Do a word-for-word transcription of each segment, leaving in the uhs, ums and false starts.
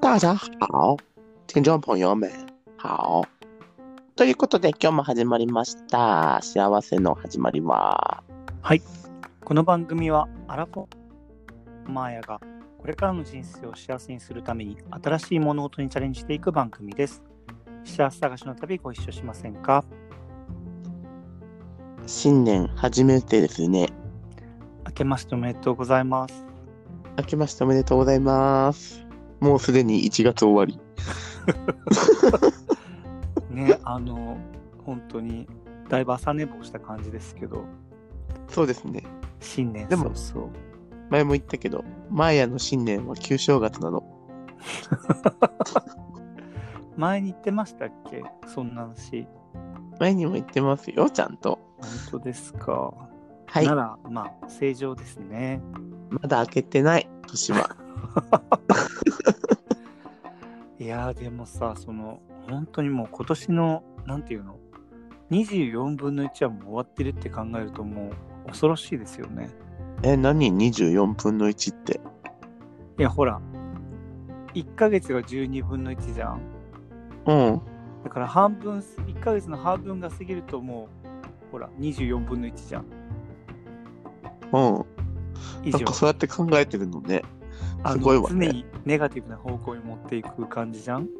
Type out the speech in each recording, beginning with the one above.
大家好，听众朋友们好。ということで今日も始まりました。幸せの始まりは。 はい。この番組はアラフォーマーヤがこれからの人生を幸せにするために新しい物事にチャレンジしていく番組です。幸せ探しの旅ご一緒しませんか？ 新年初めてですね。 明けましておめでとうございます。 明けましておめでとうございます。もうすでにいちがつ終わり。 ね、あの本当にだいぶ朝寝坊した感じですけど。 そうですね。 新年でも早々。 前も言ったけど、マーヤの新年は旧正月なの。 前に言ってましたっけ？そんな話。 前にも言ってますよ、ちゃんと。 本当ですか。 はい。 ならまあ正常ですね。 まだ開けてない年は。 いやでもさ、その本当にもう今年のなんていうのにじゅうよんぶんのいちはもう終わってるって考えるともう恐ろしいですよね。 え、何にじゅうよんぶんのいちって。 いやほらいっかげつがじゅうにぶんのいちじゃん。 うん。 だから半分いっかげつの半分が過ぎるともうほらにじゅうよんぶんのいちじゃん。 うん。 以上。 なんかそうやって考えてるのね。 あのすごいわね。 常にネガティブな方向に持っていく感じじゃん。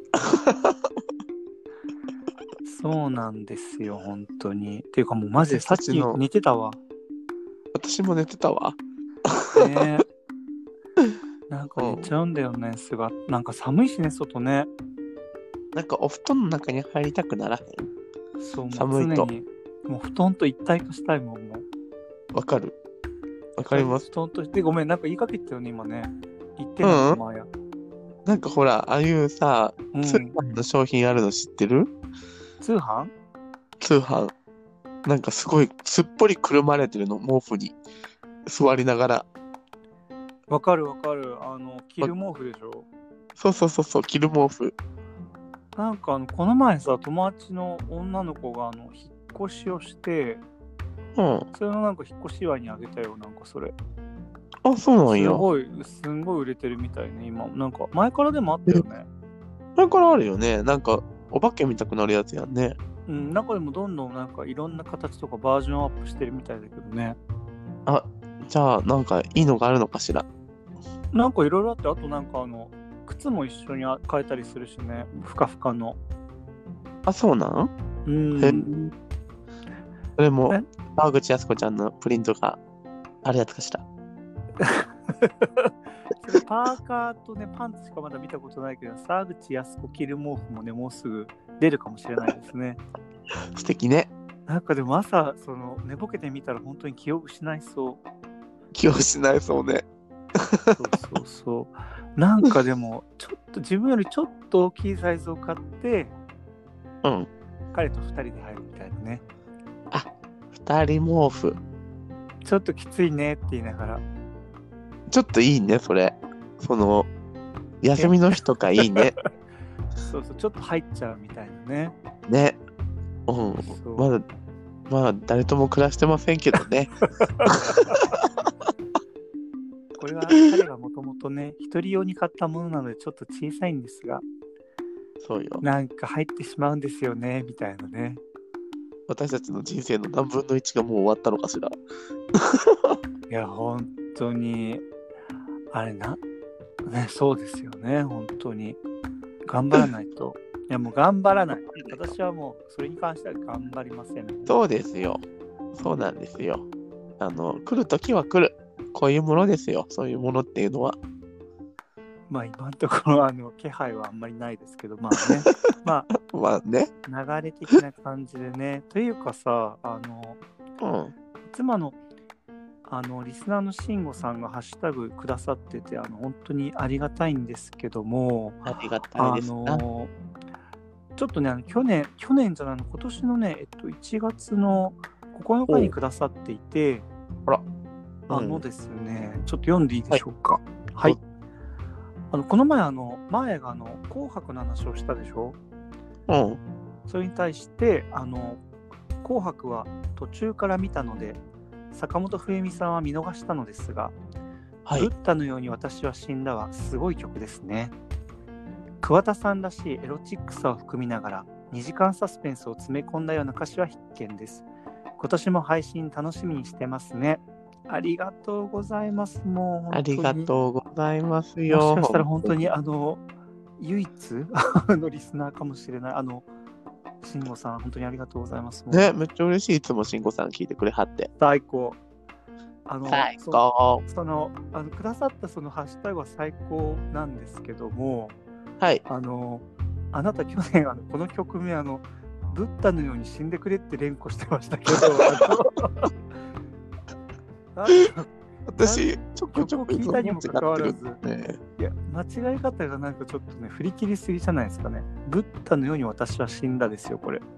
そうなんですよ本当に。っていうかもうマジでさっき寝てたわ。 私も寝てたわ。 ねえ。なんか寝ちゃうんだよね、すが。なんか寒いしね、外ね。 なんかお布団の中に入りたくならへん。 そう、もう寒いと常にもう布団と一体化したいもん、もう。 わかる。わかります。 布団として、ごめん、なんか言いかけてたよね、今ね。言ってないの、マーヤ。 なんかほら、ああいうさ、 うん、 通販の商品あるの知ってる？ 通販？ 通販。なんかすごいすっぽりくるまれてるの、毛布に。座りながら。 わかるわかる。あの、着る毛布でしょ？ そうそうそうそう、着る毛布。 なんかあの、この前さ、友達の女の子があの、引っ越しをして、 うん。 それのなんか引っ越し祝いにあげたよ、なんかそれ。 あ、そうなんや。 すごい、すんごい売れてるみたいね、今。なんか、前からでもあったよね。 前からあるよね。なんか、お化け見たくなるやつやんね。 うん、中でもどんどんなんかいろんな形とかバージョンアップしてるみたいだけどね。 あ、じゃあ、なんかいいのがあるのかしら。 なんかいろいろあって、あとなんかあの、靴も一緒に変えたりするしね、ふかふかの。 あ、そうなんうん。 へそれも、川口靖子ちゃんのプリントがあるやつかしら。 それパーカーとね、パンツしかまだ見たことないけど、沢口靖子着る毛布もね、もうすぐ出るかもしれないですね。 素敵ね。 なんかでも朝、その寝ぼけてみたら本当に気を失いそう。 気を失いそうね。 そうそうそう。なんかでも、ちょっと自分よりちょっと大きいサイズを買って、 うん。 彼と二人で入るみたいなね。 あ、二人毛布。 ちょっときついねって言いながら。 ちょっといいね、それ。その、休みの日とかいいね。 そうそう、ちょっと入っちゃうみたいなね。 ね。うん。まだ、まあ、誰とも暮らしてませんけどね。 これは彼がもともとね、一人用に買ったものなのでちょっと小さいんですが、 そうよ。 なんか入ってしまうんですよね、みたいなね。 私たちの人生の何分のいちがもう終わったのかしら。 いや、本当に、あれな、ね、そうですよね、本当に。頑張らないと。いや、もう頑張らない。私はもう、それに関しては頑張りません。 そうですよ。そうなんですよ。あの、来るときは来る。こういうものですよ。そういうものっていうのは。 まあ今のところあの気配はあんまりないですけど、まあね。まあ、まあね。 流れ的な感じでね。というかさ、あの、 うん。 いつもの、あの、リスナーの慎吾さんがハッシュタグくださってて、あの、本当にありがたいんですけども、 ありがたいですな。 あの、ちょっとね、あの去年、去年じゃないの、今年のね、えっと、いちがつのここのかにくださっていて、 あら。 あのですね、うん、ちょっと読んでいいでしょうか。はい。はい、あのこの前、あの、前があの、紅白の話をしたでしょ。 うん。 それに対して、あの、紅白は途中から見たので、坂本冬美さんは見逃したのですが、はい、ブッダのように私は死んだはすごい曲ですね。 桑田さんらしいエロチックさを含みながらにじかんサスペンスを詰め込んだような歌詞は必見です。今年も配信楽しみにしてますね。ありがとうございます。もうありがとうございますもしよ。 かしたら本当にあの唯一のリスナーかもしれない。あの慎吾さん本当にありがとうございます。もうね、めっちゃ嬉しい。いつも慎吾さん聞いてくれはって。 最高。あの最そ高。 そのあのくださったそのハッシュタグは最高なんですけども、 はい。 あのあなた去年あのこの曲名あのブッダのように死んでくれって連呼してましたけど、あの私、ちょこちょこ曲を聞いたにもかかわらず、 ね、 いや間違い方がなんかちょっとね振り切りすぎじゃないですかね。ブッダのように私は死んだですよこれ。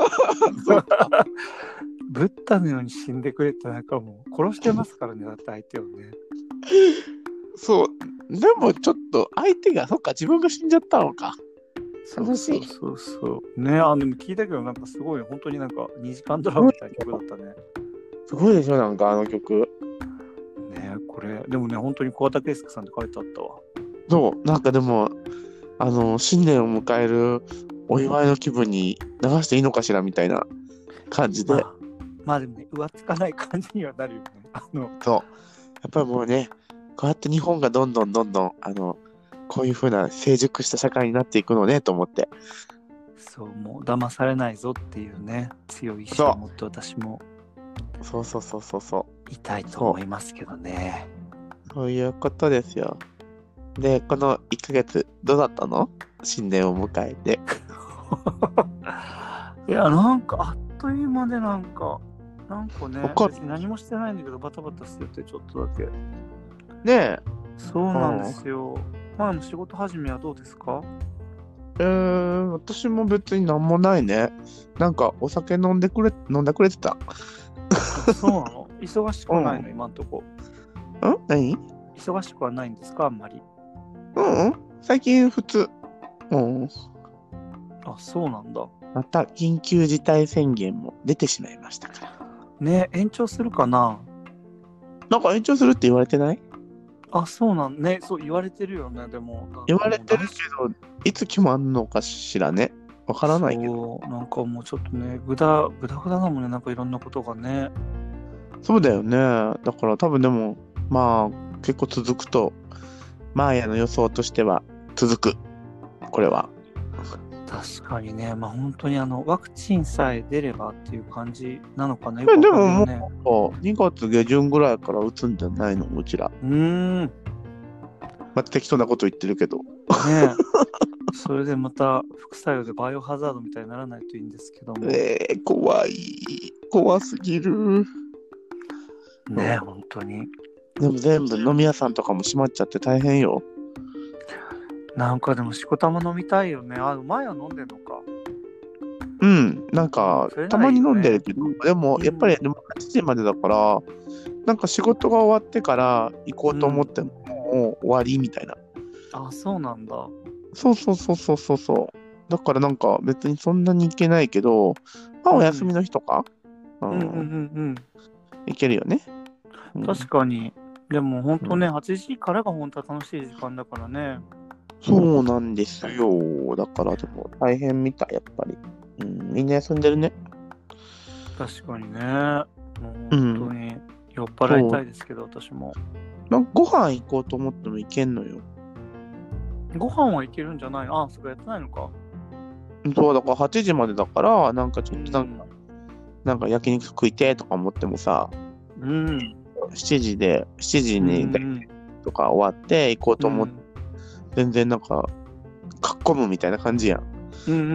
ブッダのように死んでくれってなんかもう殺してますからね、だって相手をね。 そう、でもちょっと相手が、そっか、自分が死んじゃったのか。 そうそうそうそうね。あでも聞いたけどなんかすごい本当になんかにじかんドラマみたいな曲だったね。 すごいでしょ、なんかあの曲。 ねこれでもね本当に桑田佳祐さんって書いてあったわ。 そうなんかでもあの新年を迎えるお祝いの気分に流していいのかしらみたいな感じで、 まあ、まあでもね浮つかない感じにはなるよね。あのそうやっぱりもうねこうやって日本がどんどんどんどんあのこういう風な成熟した社会になっていくのねと思って、 そうもう騙されないぞっていうね強い意志を持って私もそうそうそうそうそういたいと思いますけどね。 そういうことですよ。でこのいっかげつどうだったの？新年を迎えて。 いやなんかあっという間でなんかなんかねか別に何もしてないんだけどバタバタしててちょっとだけ。 ねえ。 そうなんですよ。まあ仕事始めはどうですか？ えー、私も別になんもないね。なんかお酒飲んでくれ飲んでくれてた。 そうなの？忙しくはないの、うん、今んとこ。 ん？何？ 忙しくはないんですかあんまり？ うんうん。最近普通。うん。 あ、そうなんだ。 また緊急事態宣言も出てしまいましたから。 ね延長するかな？ なんか延長するって言われてない？ あ、そうなんね。そう言われてるよね。でも言われてるけどいつ決まんのかしらね。わからないけど。 そうなんかもうちょっとねぐだぐだぐだだもんね。なんかいろんなことがね。 そうだよね。だから多分でもまあ結構続くとマーヤの予想としては続く。これは。 確かにね。まあ本当にあのワクチンさえ出ればっていう感じなのかな。 よくわかんないよね。でももうにがつ下旬ぐらいから打つんじゃないのうちら。 うーん。 まあ、適当なこと言ってるけど。ねえ。それでまた副作用でバイオハザードみたいにならないといいんですけども。 えー、怖い。怖すぎる。 ねえ、本当に。 でも全部飲み屋さんとかも閉まっちゃって大変よ。 なんかでもしこたま飲みたいよね。あ、前は飲んでんのか。 うん、なんか、 ね、 たまに飲んでるけど、でもやっぱりでもはちじまでだから、なんか仕事が終わってから行こうと思っても、うん、もう終わりみたいな。 あ、そうなんだ。 そうそうそうそうそうそう。だからなんか別にそんなに行けないけど、まあお休みの日とか、 うん、うんうんうんうん行けるよね。 うん、確かに。でも本当ね、うん、はちじからが本当は楽しい時間だからね。 そうなんですよ。だからでも大変みたい、やっぱり。うん、みんな休んでるね。 確かにね。もう本当に酔っ払いたいですけど、うん、私も。 なんかご飯行こうと思っても行けんのよ。 ご飯は行けるんじゃないの？あ、そこやってないのか。 そう、だからはちじまでだから、なんかちょっとなんか、うん、なんか焼肉食いてとか思ってもさ、 うん、 しちじで、しちじにとか終わって行こうと思って、うん、全然なんか、かっこむみたいな感じやん。 うんうんうんうん。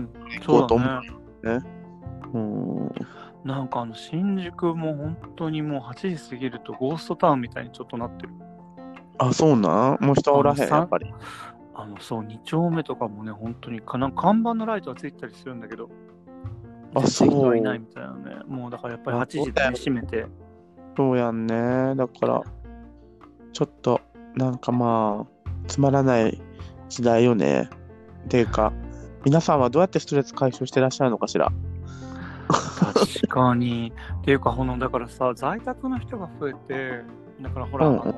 行こうと思うよね。うん。 なんかあの、新宿も本当にもうはちじ過ぎるとゴーストタウンみたいにちょっとなってる。 あ、そうなん？もう人おらへん、やっぱり。 あの、そう、に丁目とかもね、本当にかな、看板のライトはついたりするんだけど、 あ、そう。 人はいないみたいなね。もうだからやっぱりはちじで、ね、閉めて。 そうやんね。だから、ちょっと、なんかまあ、つまらない時代よね。っていうか、皆さんはどうやってストレス解消してらっしゃるのかしら。 確かに。っていうか、ほのだからさ、在宅の人が増えて、だからほら、うん、あの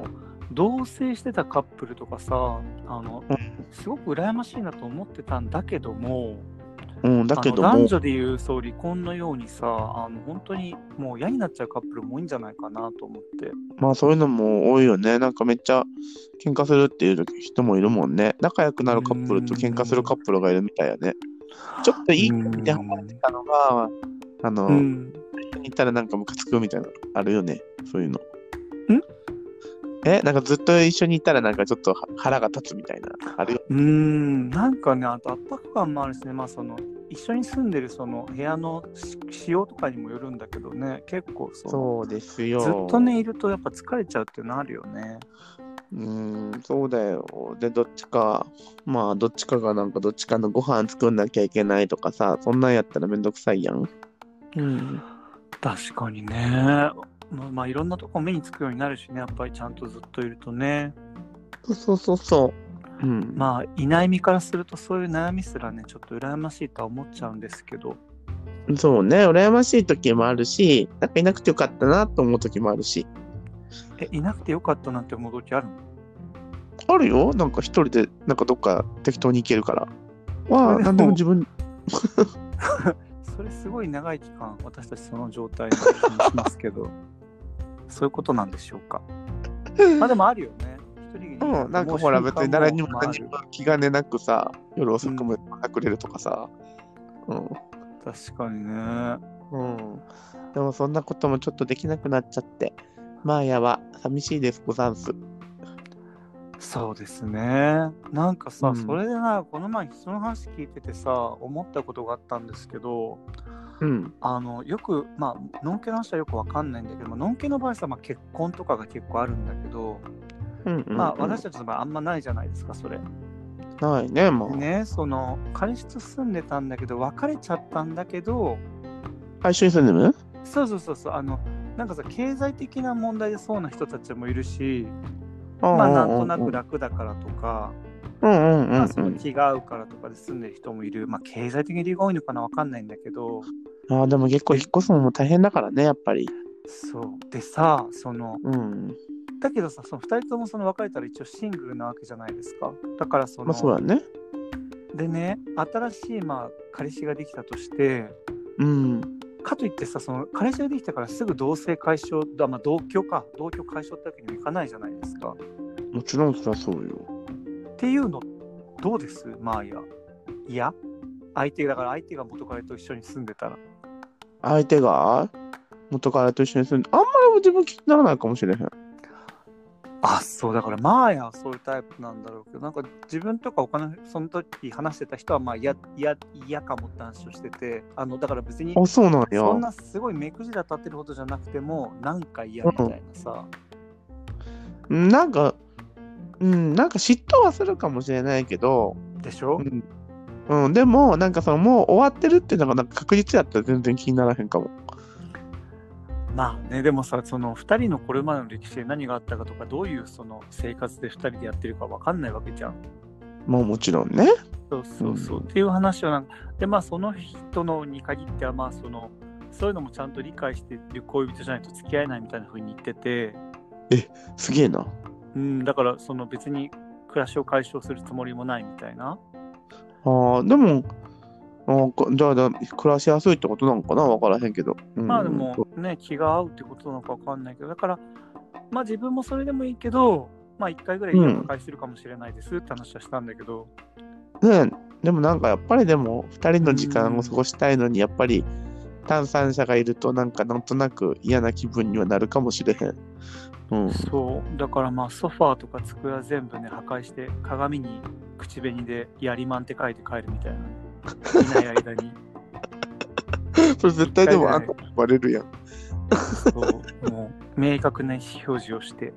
同棲してたカップルとかさ、あのうんすごく羨ましいなと思ってたんだけども、 うん、だあけども、 の男女でいうそう離婚のようにさ、あの本当にもう嫌になっちゃうカップルも多いんじゃないかなと思って。 まあそういうのも多いよね。なんかめっちゃ喧嘩するっていう人もいるもんね。仲良くなるカップルと喧嘩するカップルがいるみたいやね。ちょっといい感じでハマってたのが、あうの、 ん。 言ったらなんかムカつくみたいなのあるよね。そういうの。 んえ、なんかずっと一緒にいたらなんかちょっと腹が立つみたいな。あるよ。 うーん、なんかね、あと圧迫感もあるしね、まあその、一緒に住んでるその部屋のし仕様とかにもよるんだけどね、結構そのそうですよ。 ずっとね、いるとやっぱ疲れちゃうっていうのあるよね。 うーん、そうだよ。で、どっちか、まあ、どっちかがなんかどっちかのご飯作んなきゃいけないとかさ、そんなんやったらめんどくさいやん。うん。 確かにね。まあ、まあ、いろんなとこ目につくようになるしね、やっぱりちゃんとずっといるとね。 そうそうそう。うん。 まあ、いない身からするとそういう悩みすらね、ちょっと羨ましいとは思っちゃうんですけど。 そうね、羨ましい時もあるし、なんかいなくてよかったなと思う時もあるし。 え、いなくてよかったなんて思う時あるの？ あるよ、なんか一人で、なんかどっか適当に行けるから。わあ、 それでもなんでも自分、 それすごい長い期間、私たちその状態な気もしますけど、そういうことなんでしょうか。まあでもあるよね。一人にうん、なんかほら別に誰にも何も気兼ねなくさ、夜遅くまで隠れるとかさ。うん。 確かにね。 うん。でもそんなこともちょっとできなくなっちゃって、マーヤは寂しいです、ござんす。 そうですね。なんかさ、 うんそれでな、この前人の話聞いててさ、思ったことがあったんですけど、 うん。 あの、よく、まあ、のんけの話はよくわかんないんだけど、のんけの場合さ、まあ、結婚とかが結構あるんだけど、 うんうんうん、 まあ、私たちの場合あんまないじゃないですか、それ。 ないね、まあ。 ね、その、彼氏と住んでたんだけど、別れちゃったんだけど、 あ、一緒に住んでる？ そうそうそうそう、あの、なんかさ、経済的な問題でそうな人たちもいるし、まあ、なんとなく楽だからとか、 うんうんうん、 まあ、その気が合うからとかで住んでる人もいる。まあ、経済的に理由が多いのかなわかんないんだけど。 ああ、でも結構引っ越すのも大変だからね、やっぱり。 そう。でさ、その、 うん。 だけどさ、そのふたりともその別れたら一応シングルなわけじゃないですか。だからその、 まあそうだね。 でね、新しい、まあ、彼氏ができたとして、 うん。 かといってさ、その彼氏ができたからすぐ同棲解消だ、まあ、同居か、同居解消ってわけにもいかないじゃないですか。 もちろんそりゃそうよ。 っていうの、どうですマーヤ？いや、相手だから相手が元彼と一緒に住んでたら。 相手が元彼と一緒に住んで、あんまり自分気にならないかもしれへん。 あ、そう、だからマーヤはそういうタイプなんだろうけど、なんか自分とかお金、その時話してた人はまあ嫌、嫌、嫌かもって話をしてて、あの、だから別に、 あ、そうなんや。 そんなすごい目くじら立ってるほどじゃなくても、なんか嫌みたいなさ。 うん、なんか、うん、なんか嫉妬はするかもしれないけど、 でしょ？ うん、うん、でも、なんかそのもう終わってるっていうのがなんか確実やったら全然気にならへんかも。 まあね、でもさ、そのふたりのこれまでの歴史で何があったかとか、どういうその生活でふたりでやってるかわかんないわけじゃん。 まあもちろんね。 そうそうそう。 うん、 っていう話をなんか、で、まあその人のに限っては、まあその、そういうのもちゃんと理解している恋人じゃないと付き合えないみたいな風に言ってて、 すげえな。 うん、だからその別に暮らしを解消するつもりもないみたいな。 ああ、でも、あかじゃあ、じゃあ暮らしやすいってことなのかなわからへんけど。うん、 まあでもね、気が合うってことなのかわかんないけど、だから、まあ自分もそれでもいいけど、まあいっかいぐらい家を破壊するかもしれないですって話はしたんだけど、 ねえ、でもなんかやっぱりでもふたりの時間を過ごしたいのにやっぱり炭酸者がいるとなんかなんとなく嫌な気分にはなるかもしれへん。うん、 そうだからまあソファーとか机全部ね破壊して鏡に口紅でやりまんって書いて帰るみたいな、ね、いない間にそれ絶対でもあんたバレるやん。 そうもう明確な意思表示をして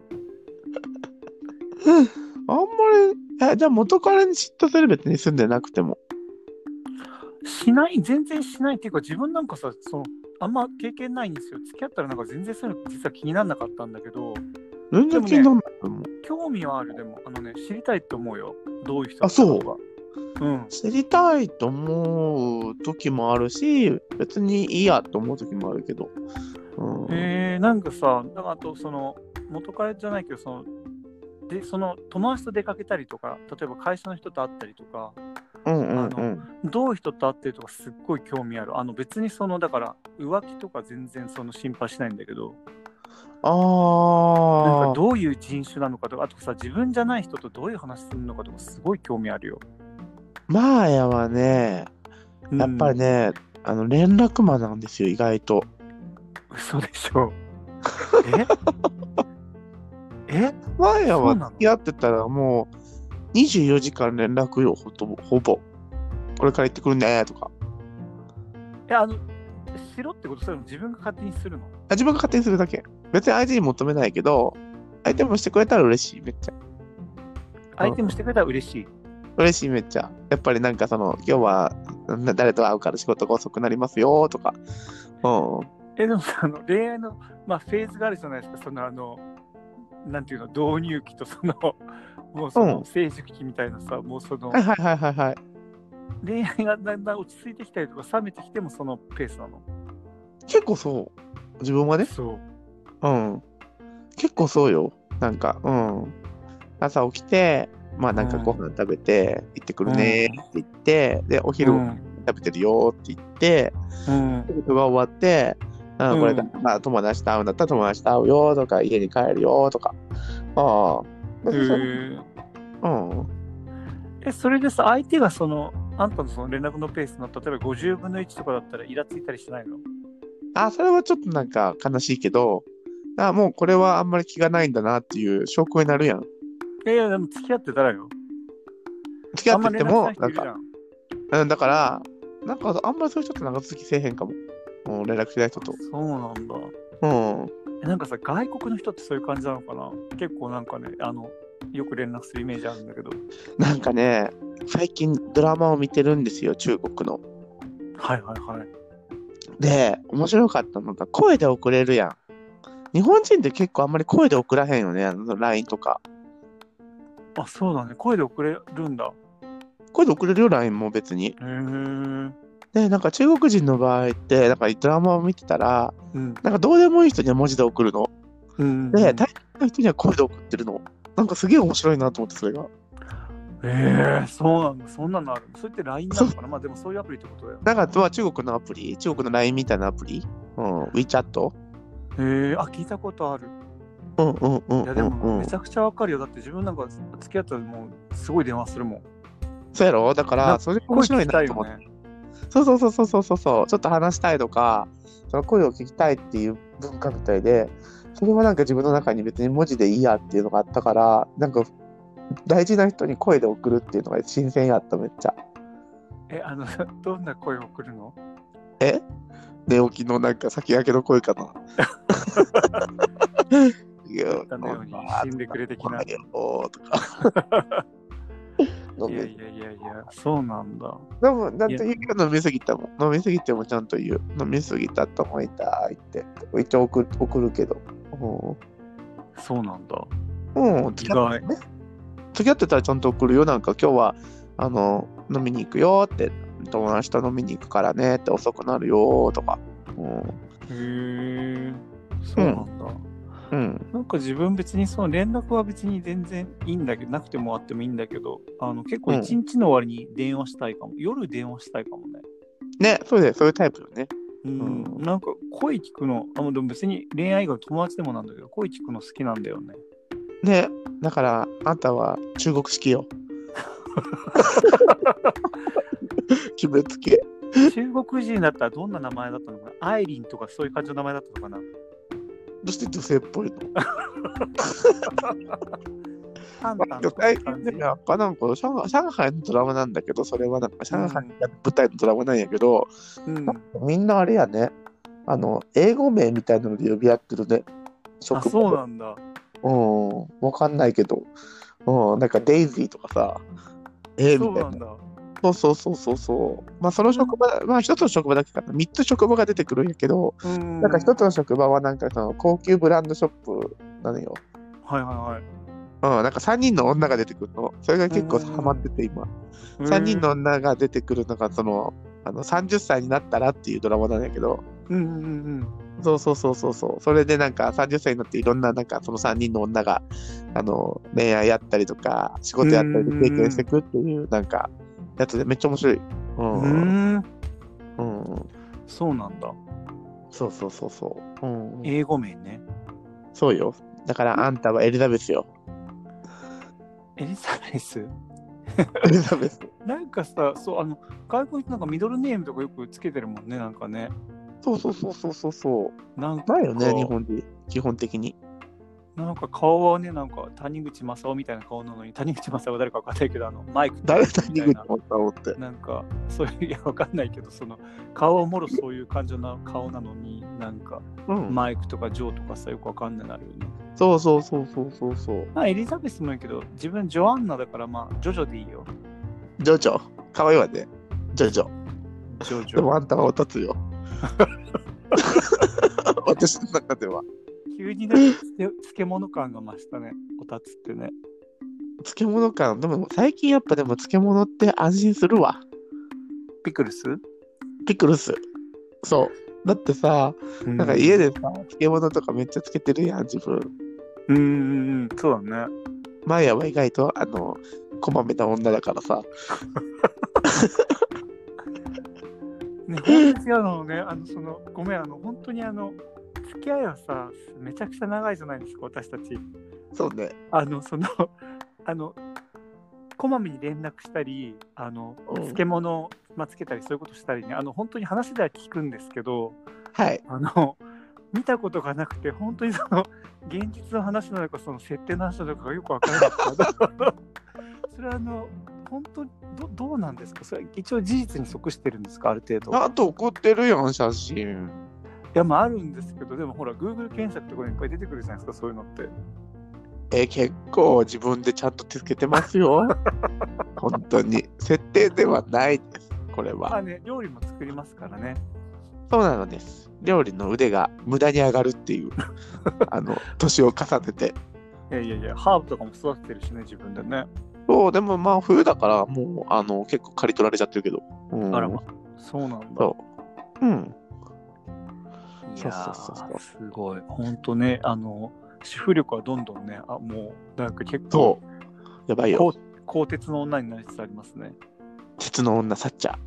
あんまりえじゃあ元彼に嫉妬する別に住んでなくてもしない全然しないっていうか自分なんかさそのあんま経験ないんですよ。付き合ったらなんか全然そういうの実は気にならなかったんだけど、 全然気にならないと思う。 興味はある。でもあのね知りたいと思うよ。どういう人か。 あ、そう。 うん。 知りたいと思う時もあるし別にいいやと思う時もあるけど。うん、 えー、なんかさ、だからあとその元彼じゃないけどそのでその友達と出かけたりとか、例えば会社の人と会ったりとか、 うんうんあのうん。 どういう人と会ってるとかすっごい興味ある。あの別にそのだから浮気とか全然その心配しないんだけど、なんかああ、 どういう人種なのかとか、あとさ、自分じゃない人とどういう話するのかとかすごい興味あるよ。 まあやはね、やっぱりね、 ね、あの連絡マンなんですよ、意外と。 嘘でしょ。ええまあやはそうなの？ 付き合ってたらもうにじゅうよじかん連絡よ、ほとぼほぼ。これから行ってくるねとか。 え、あの、しろってこと、それも自分が勝手にするの？ あ自分が勝手にするだけ。別に相手に求めないけど、相手もしてくれたら嬉しい、めっちゃ。 相手もしてくれたら嬉しい。 嬉しい、めっちゃ。やっぱりなんかその、今日はな誰と会うから仕事が遅くなりますよとか。うん。 え、でもさ、あの恋愛の、まあ、フェーズがあるじゃないですか、そのあの、なんていうの、導入期とその、もうそうのん成熟期みたいなさ、もうそのはいはいはいはいはい。 恋愛がだんだん落ち着いてきたりとか冷めてきてもそのペースなの？ 結構そう。自分はね。 そう。 うん。結構そうよ。なんか、うん。朝起きて、まあなんかご飯食べて、行ってくるねって言って、で、お昼うん。 食べてるよって言って、 うん。 仕事が終わって、あこれだ、 うんまあ友達と会うんだったら友達と会うよとか、家に帰るよとか。ああ。別にそれへーうん。 え、それでさ、相手がその、あんたのその連絡のペースの、例えばごじゅうぶんのいちとかだったらイラついたりしないの？ あ、それはちょっとなんか悲しいけど、あ、もうこれはあんまり気がないんだなっていう証拠になるやん。 いやいや、でも付き合ってたらよ。 付き合あんまってても連絡しない、人なんか、 いるじゃん。 うん、だから、なんかあんまりそういう人と長続きせえへんかも。うん、連絡しない人と。 そうなんだ。 うん。 え、なんかさ、外国の人ってそういう感じなのかな？結構なんかね、あの、よく連絡するイメージあるんだけど。 なんかね、最近ドラマを見てるんですよ、中国の。 はいはいはい。 で、面白かったのが声で送れるやん。日本人って結構あんまり声で送らへんよね、あの ライン とか。 あ、そうだね。声で送れるんだ。 声で送れるよ、ライン も別に。 へー。 で、なんか中国人の場合って、なんかドラマを見てたら、 うん。 なんかどうでもいい人には文字で送るの。 うん、 で、大抵の人には声で送ってるの。なんかすげえ面白いなと思って、それが。 えー、そうなんだ。そんなのある。それって ライン なのかな？まあでもそういうアプリってことだよ。 なんか、まあ、中国のアプリ、中国の ライン みたいなアプリ、うん、WeChat? へえ、あ、聞いたことある。 うんうんうんいやでもうんうん。 めちゃくちゃわかるよ。だって自分なんか付き合ったらもうすごい電話するもん。 そうやろだかなら、それ面白いなと思って。 ね。 そうそうそうそうそうそうそう。ちょっと話したいとか、その声を聞きたいっていう文化みたいで、それはなんか自分の中に別に文字でいいやっていうのがあったから、なんか大事な人に声で送るっていうのが新鮮やった、めっちゃ。 え、あの、どんな声を送るの？ え寝起きのなんか先駆けの声かな。いや、 あのように死んでくれ的な。 いよとか。 いやいやいやいや、そうなんだ。 でも、だって言うけど飲みすぎたもん。飲みすぎてもちゃんと言う。飲みすぎたと思いたいって。一応送る送るけど。 そうなんだ。 うん。うん、 意付き合って外。 ね。付き合ってたらちゃんと送るよ。なんか今日は、あの、飲みに行くよって。友達と飲みに行くからねって遅くなるよとか。うん。 へえ、そうなんだ。 うん。 なんか自分別にその連絡は別に全然いいんだけど、なくてもあってもいいんだけど、あの結構一日の終わりに電話したいかも。夜電話したいかもね。 ね、そうで、そういうタイプよね。 うん、 うんなんか声聞くの、あ、でも別に恋愛以外友達でもなんだけど、声聞くの好きなんだよね。 ね、だから、あんたは中国式よ。決めつけ。 中国人だったらどんな名前だったのかな？アイリンとかそういう感じの名前だったのかな？ どうして女性っぽいのタンタンとか最感じ。 近ね、やっぱなんか上海、上海のドラマなんだけど、それはなんか上海が舞台のドラマなんやけど、 うん、 みんなあれやね、あの、英語名みたいなので呼び合ってるね。 あ、そうなんだ。 うん、わかんないけど、うん、なんかデイジーとかさ、えー、みたいな。 そうなんだ。 そうそうそうそうそう。まあその職場、まあ一つの職場だけかな。三つ職場が出てくるんやけど、 うん、 なんか一つの職場はなんかその高級ブランドショップなのよ。 はいはいはい。 うん、なんかさんにんの女が出てくるの。それが結構ハマってて今。さんにんの女が出てくるのがその、あのさんじゅっさいになったらっていうドラマなんやけど、 うんうんうんそうそうそうそうそう。それでなんかさんじゅっさいになっていろんななんかそのさんにんの女があの、恋愛やったりとか、仕事やったりで経験していくっていう、なんか、やつでめっちゃ面白い。う。 うんーん。 うん。 そうなんだ。 そうそうそうそう。うん。 英語名ね。 そうよ。だからあんたはエリザベスよ。 エリザベス。 エリザベス。 なんかさ、そう、あの、外国なんかミドルネームとかよくつけてるもんね、なんかね。 そうそうそうそうそうそう。 なんか、 ないよね、日本で、基本的に。 なんか顔はね、なんか谷口正夫みたいな顔なのに、谷口正夫は誰かわかんないけど、あの、マイク誰みた谷いな。 口正夫って。 なんか、そういう、いや、わかんないけど、その、顔はもろそういう感じの顔なのに、なんか、 うん。 マイクとかジョーとかさ、よくわかんないなるよね。 そうそうそうそうそうそう。 まあ、エリザベスもいいけど、自分ジョアンナだから、まあ、ジョジョでいいよ。 ジョジョ。かわいいわね。ジョジョ。 ジョジョ。 でもあんたはおたつよ。私の中では。 急になんか漬物感が増したね、おたつってね。 漬物感。でも最近やっぱでも漬物って安心するわ。 ピクルスピクルス。そう。だってさ、なんか家でさ、漬物とかめっちゃつけてるやん、自分。 うんうんうん、そうだね。 マヤは意外と、あの、こまめな女だからさ。 ね、本当に違うのね、あの、その、ごめん、あの、本当にあの、付き合いはさ、めちゃくちゃ長いじゃないですか、私たち。 そうね。 あの、その、あの、こまめに連絡したり、あの、 うん漬物、まあ、つけたり、そういうことしたりね、あの、本当に話では聞くんですけど、 はい。 あの、見たことがなくて、本当にその、現実の話なのか、その設定の話なのかがよくわからなかった。それはあの、本当にどどうなんですか？それは一応事実に即してるんですか？ある程度。 あと送ってるやん、写真。 いや、まああるんですけど、でもほら、Google 検索とかにいっぱい出てくるじゃないですか、そういうのって。 えー、結構自分でちゃんとつけてますよ。本当に。設定ではないです、これは。 まあね、料理も作りますからね。 そうなのです。料理の腕が無駄に上がるっていう、あの、年を重ねて。 いやいやいや、ハーブとかも育ててるしね、自分でね。 そう、でもまあ冬だからもう、あの、結構刈り取られちゃってるけど。うん、 あらま、そうなんだ。 そう。うん。 いやそうそうそうそうー、すごい。本当ね、あの、主婦力はどんどんね、あ、もう、なんか結構、 そう。やばいよ。 鋼鉄の女になりつつありますね。 鉄の女、サッチャー。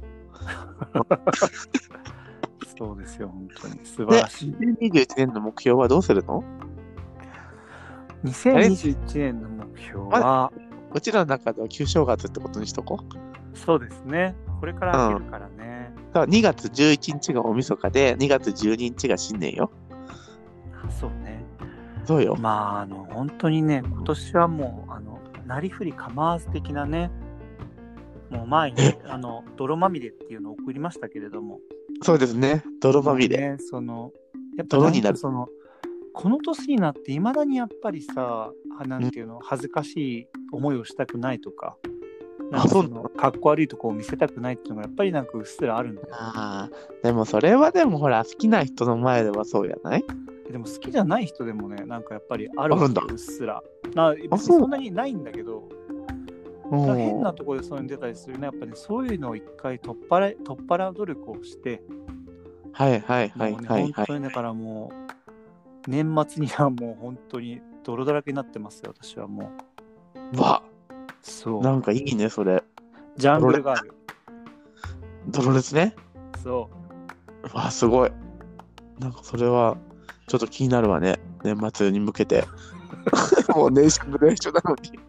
そうですよ、本当に。素晴らしい。 にせんにじゅういちねんの目標はどうするの？ にせんにじゅういちねんの目標は、 うちらの中では旧正月ってことにしとこう。 そうですね。これから開けるからね。 うん、にがつじゅういちにちが大晦日で、にがつじゅうににちが新年よ。 そうね。 そうよ。 まあ、あの、本当にね、今年はもう、あの、なりふり構わず的なね、もう前に、あの、泥まみれっていうのを送りましたけれども。 そうですね。泥まみれ。 ね、その、やっぱなんかその、この年になっていまだにやっぱりさ、なんていうの、恥ずかしい思いをしたくないとか、なんかそのかっこ悪いとこを見せたくないっていうのがやっぱりなんかうっすらあるんだよ。 ああ、でもそれはでもほら好きな人の前ではそうやない？ でも好きじゃない人でもね、なんかやっぱりあるんだ、うっすら。な別にそんなにないんだけど、変なところでそういうの出たりするね。やっぱり、ね、そういうのを一回取っ払い、取っ払う努力をして、 はいはいはいはい、はい、 本当にだからもう、年末にはもう本当に泥だらけになってますよ、私はもう。わ、 そう。 なんかいいね、それ。 ジャングルガール。 ドロレスね。 そう。 わ、すごい。なんかそれは、ちょっと気になるわね。年末に向けて。もう年始の練習なのに。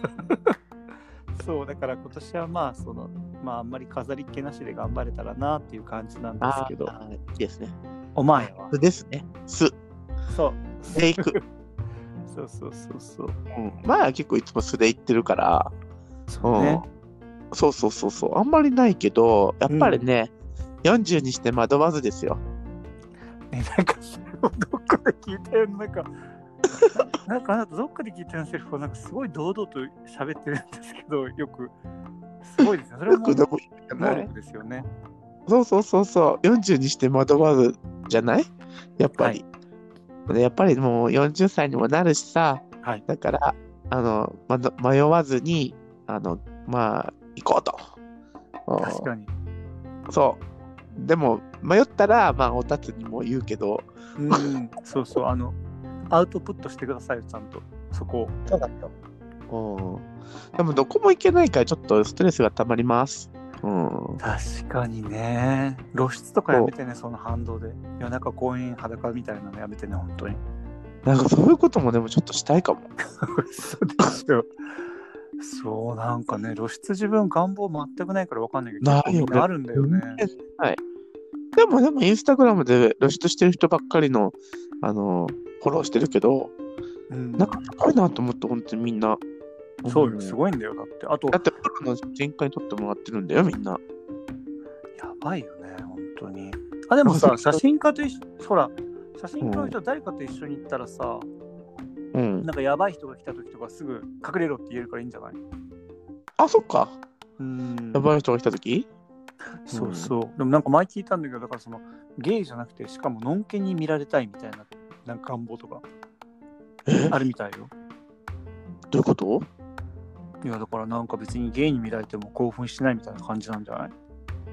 そう、だから今年はまあ、その、まああんまり飾りっ気なしで頑張れたらなっていう感じなんですけど。 ああ、いいですね。 お前は。 すですね。す。 そう。 素でいく。 そうそうそうそう。 うん、まあ結構いつも素で行ってるから。 そうね。 うん、そうそうそうそう。あんまりないけど、やっぱりね、うん、よんじゅうにして惑わずですよ。 ね、なんかそれをどっかで聞いたような、なんか、なんかあなたどっかで聞いたようなセリフをなんかすごい堂々と喋ってるんですけど、よく、すごいですね。それはもう能力ですよね。 そうそうそうそう。よんじゅうにして惑わずじゃない？やっぱり。はい、やっぱりもうよんじゅっさいにもなるしさ、はい、だから、あの、ま、迷わずに、あの、まあ、行こうと。 確かに。 そう。でも、迷ったら、まあ、おたつにも言うけど。 うん、そうそう、あの、アウトプットしてくださいよ、ちゃんと。 そこ。 そうだよ。うん。でもどこも行けないからちょっとストレスが溜まります。うん。 確かにね。露出とかやめてね、その反動で。夜中公園裸みたいなのやめてね、本当に。 なんかそういうこともでもちょっとしたいかも。 そうでしょ。そう、なんかね、露出自分願望全くないから分かんないけど、結構みんなあるんだよね。 はい。でもでもインスタグラムで露出してる人ばっかりの、あの、フォローしてるけど、うん、なんかすごいなと思って、本当にみんな。 そうよ、すごいんだよ、だって。あと、 だってプロの前回撮ってもらってるんだよ、みんな。 やばいよね、本当に。あ、でもさ、写真家と一緒、ほら、写真家の人、誰かと一緒に行ったらさ、うん、なんかやばい人が来た時とかすぐ隠れろって言えるからいいんじゃない？ あ、そっか。 うん。 やばい人が来た時？ そうそう。うん、でもなんか前聞いたんだけど、だからそのゲイじゃなくて、しかもノンケに見られたいみたいな、なんか願望とかあるみたいよ。 どういうこと？ いやだからなんか別にゲイに見られても興奮しないみたいな感じなんじゃない？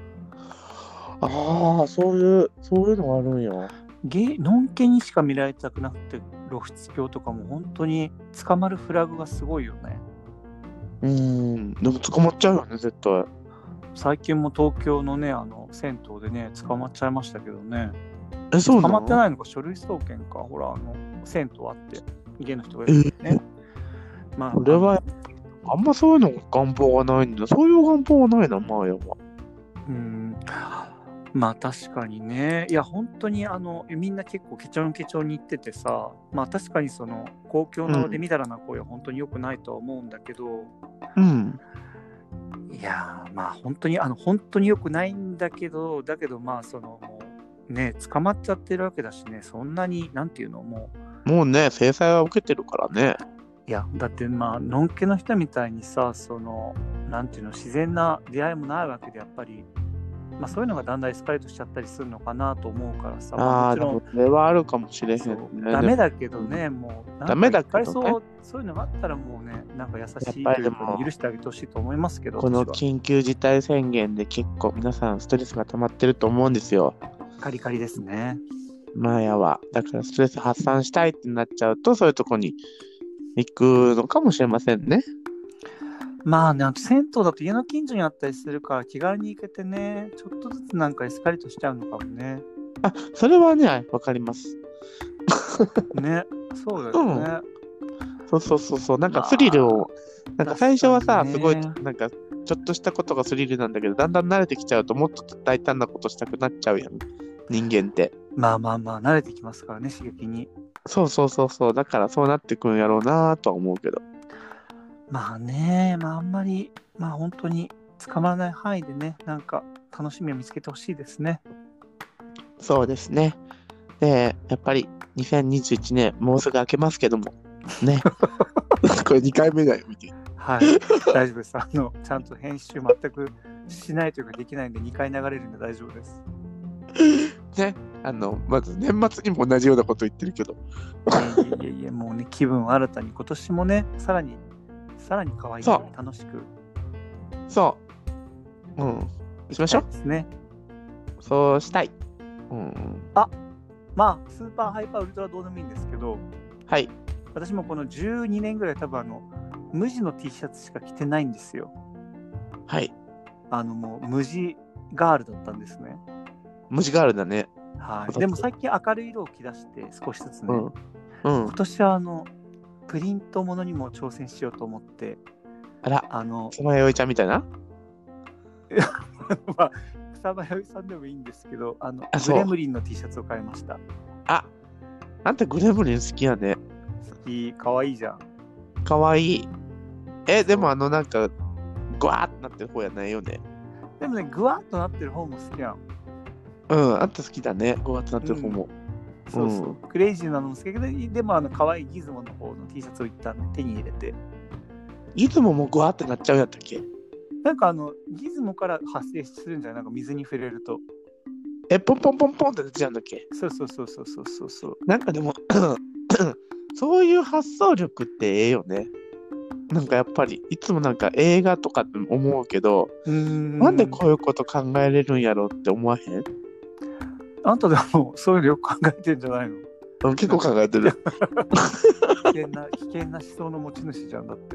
ああ、そういう、そういうのがあるんや。 ゲイ、ノンケにしか見られたくなくて、露出狂とかも本当に捕まるフラグがすごいよね。 うーん、でも捕まっちゃうよね、絶対。 最近も東京のね、あの、銭湯でね、捕まっちゃいましたけどね。 え、そうなの？ 捕まってないのか、書類送検か。ほら、あの、銭湯あって、ゲイの人がいるんだよね。 まあ、これは、あんまそういうの願望がないんだ。そういう願望はないな、マーヤは。 うーん。まあ確かにね。いや本当にあのみんな結構ケチョンケチョンに言っててさ、まあ確かにその公共の場でみだらな声は本当に良くないとは思うんだけど、 うん。 いやまあ本当にあの本当に良くないんだけど、だけどまあそのもうね捕まっちゃってるわけだしね、そんなになんていうのもうもうね制裁は受けてるからね。 いやだってまあのんけの人みたいにさ、そのなんていうの自然な出会いもないわけでやっぱり。まあ、そういうのがだんだんエスカレートしちゃったりするのかなと思うからさ、 まあ、もちろんそれはあるかもしれへん、 ね、ダメだけどね、もうダメだけど、ね、 そうそういうのがあったらもうね、なんか優しいというか許してあげてほしいと思いますけど、 この緊急事態宣言で結構皆さんストレスが溜まってると思うんですよ。 カリカリですね。 マーヤはだからストレス発散したいってなっちゃうとそういうとこに行くのかもしれませんね。 まあね、銭湯だと家の近所にあったりするから気軽に行けてね、ちょっとずつなんかエスカレートしちゃうのかもね。 あ、それはね、わかります。 ね、そうだよね、 うん。そうそうそうそう、なんかスリルを、まあ、なんか最初はさ、ね、すごいなんかちょっとしたことがスリルなんだけど、だんだん慣れてきちゃうともっと大胆なことしたくなっちゃうやん、人間って。 まあまあまあ、慣れてきますからね、刺激に。 そうそうそうそう、だからそうなってくんやろうなとは思うけど。 まあね、まああんまり、まあ本当に捕まらない範囲でね、なんか楽しみを見つけてほしいですね。 そうですね。で、やっぱりにせんにじゅういちねん、もうすぐ明けますけども、ね。これにかいめだよ、見て。 はい、大丈夫です。あの、ちゃんと編集全くしないというかできないんで、にかい流れるんで大丈夫です。 ね、あの、まず年末にも同じようなこと言ってるけど。 いやいやいや、もうね、気分新たに、今年もね、さらに、さらに可愛い楽しく。 そう。うん。しましょう。 ですね。 そうしたい。うん。 あ、まあ、スーパーハイパーウルトラどうでもいいんですけど、 はい。 私もこのじゅうにねんぐらい多分あの、無地の T シャツしか着てないんですよ。 はい。 あの、もう無地ガールだったんですね。 無地ガールだね。 はい。でも最近明るい色を着出して少しずつね。 うん。うん、 今年はあの、プリントものにも挑戦しようと思って。 あら、 あの、 草間彌生ちゃんみたいなまあ、草間彌生さんでもいいんですけど、あの、グレムリンの T シャツを買いました。 あ、あんたグレムリン好きやね。 好き、かわいいじゃん。 かわいい。え、でもあのなんか、グワーってなってる方やないよね。 でもね、グワーっとなってる方も好きやん。 うん、あんた好きだね、グワーってなってる方も。うんそうそう、うん、クレイジーなのも好きだけど、でもあの可愛いギズモの方の T シャツを一旦、ね、手に入れて。 ギズモもグワーってなっちゃうやったっけ？ なんかあの、ギズモから発生するんじゃない？なんか水に触れると。 え、ポンポンポンポンって出ちゃうんだっけ？ そうそうそうそうそうそう。 なんかでも、そういう発想力ってええよね。なんかやっぱり、いつもなんか映画とかって思うけど、うーんなんでこういうこと考えれるんやろって思わへん？ あんたでもそういうのよく考えてんじゃないの？ うん結構考えてる。 危険な危険な思想の持ち主じゃんだって。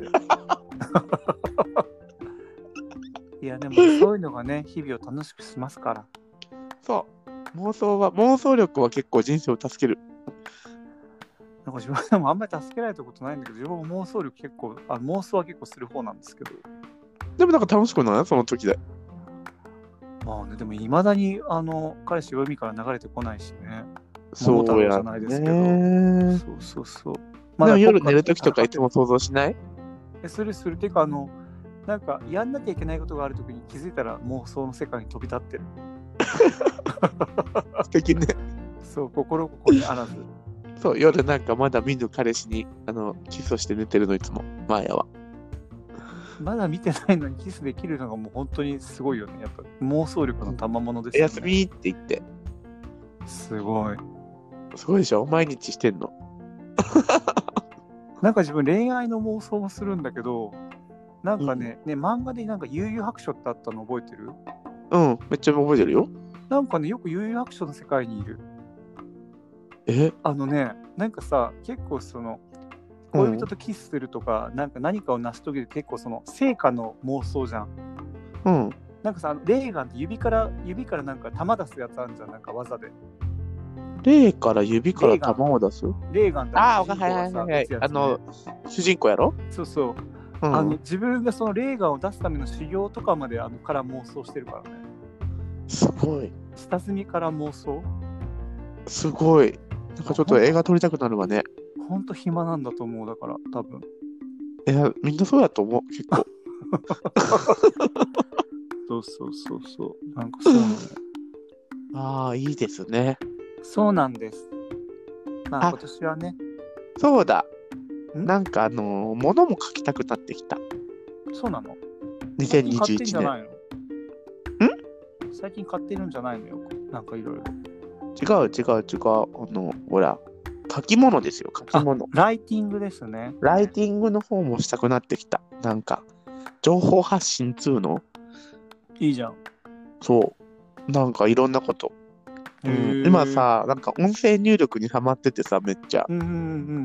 いやでもそういうのがね日々を楽しくしますから。 そう妄想は妄想力は結構人生を助ける。 なんか自分でもあんまり助けられたことないんだけど、自分も妄想力結構あ妄想は結構する方なんですけど。 でもなんか楽しくないその時で。 まあねでもいまだにあの彼氏が海から流れてこないしね。 そうや桃太郎じゃないですけど。 ね。 そうそうそう。 でも夜寝る時とかいつも想像しない？ えするする。てかあのなんかやんなきゃいけないことがある時に気づいたら妄想の世界に飛び立ってる。 素敵ね。 そう心ここにあらず。 そう夜なんかまだ見ぬ彼氏にあのキスをして寝てるのいつもマーヤは。 まだ見てないのにキスできるのがもう本当にすごいよね。やっぱ妄想力の賜物ですおよね。 やすみって言って。 すごい。 すごいでしょ毎日してんの。 なんか自分恋愛の妄想もするんだけど、なんかね、うん、ね漫画でなんか悠々白書ってあったの覚えてる？ うん、めっちゃ覚えてるよ。 なんかねよく悠々白書の世界にいる。 え？ あのねなんかさ結構その恋人とキスするとか、うん、なんか何かを成し遂げる結構その成果の妄想じゃん。 うん。 なんかさレーガンって指から指からなんか弾出すやつあるじゃんなんか技で。 レーから指から弾を出す？ レーガンってああ、はいはいはいはい。あの、主人公やろ？ そうそう。うん、あの自分がそのレーガンを出すための修行とかまであのから妄想してるからね。 すごい。 下積みから妄想？ すごい。なんかちょっと映画撮りたくなるわね。 ほんと暇なんだと思うだから多分。 いや、みんなそうだと思う、結構。 そうそうそうそう。なんかそうなのよ。 ああ、いいですね。 そうなんです。まあ今年はね。 そうだ。なんかあのー、物も書きたくなってきた。 そうなの？ にせんにじゅういちねん。 ん最近買ってるんじゃないのよ。なんかいろいろ。 違う違う違う。あの、ほら、書き物ですよ、書き物。 ライティングですね。 ライティングの方もしたくなってきた。なんか、情報発信つうの？ いいじゃん。 そう。なんかいろんなこと。うん、今さ、なんか音声入力にハマっててさ、めっちゃ。 うんうんうん。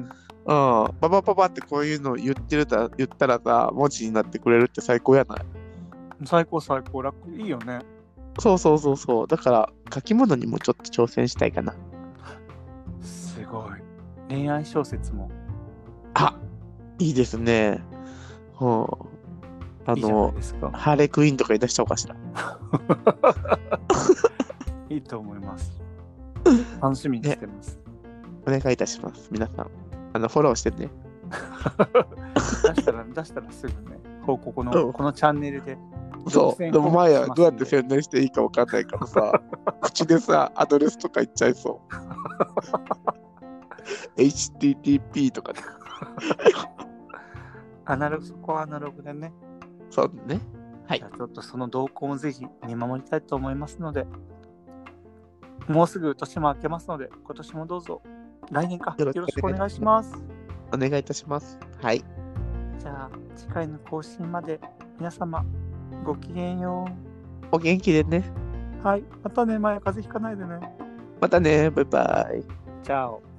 うん。パパパパってこういうの言ってるた言ったらさ、文字になってくれるって最高やない？ 最高最高。楽いいよね。 そうそうそうそう。だから書き物にもちょっと挑戦したいかな。 すごい。恋愛小説も。 あ、いいですね。うん。あの、 いいハーレークイーンとか言い出しちゃおうかしら。 いいと思います。楽しみにしてます。 ね、お願いいたします。皆さん、あのフォローしてね。 出したら、出したらすぐね、ここの、うん、このチャンネルで。 そう。でも前はどうやって宣伝していいか分かんないからさ、口でさ、アドレスとか言っちゃいそう。エイチティーティーピー とかで。 アナログ、そこはアナログでね。 そうね。はい。 じゃあちょっとその動向もぜひ見守りたいと思いますので、もうすぐ年も明けますので、今年もどうぞ、来年か、よろしくお願いします。 お願いいたします。はい。 じゃあ、次回の更新まで、皆様、ごきげんよう。お元気でね。 はい。またね、前風邪ひかないでね。 またね、バイバイ。 チャオ。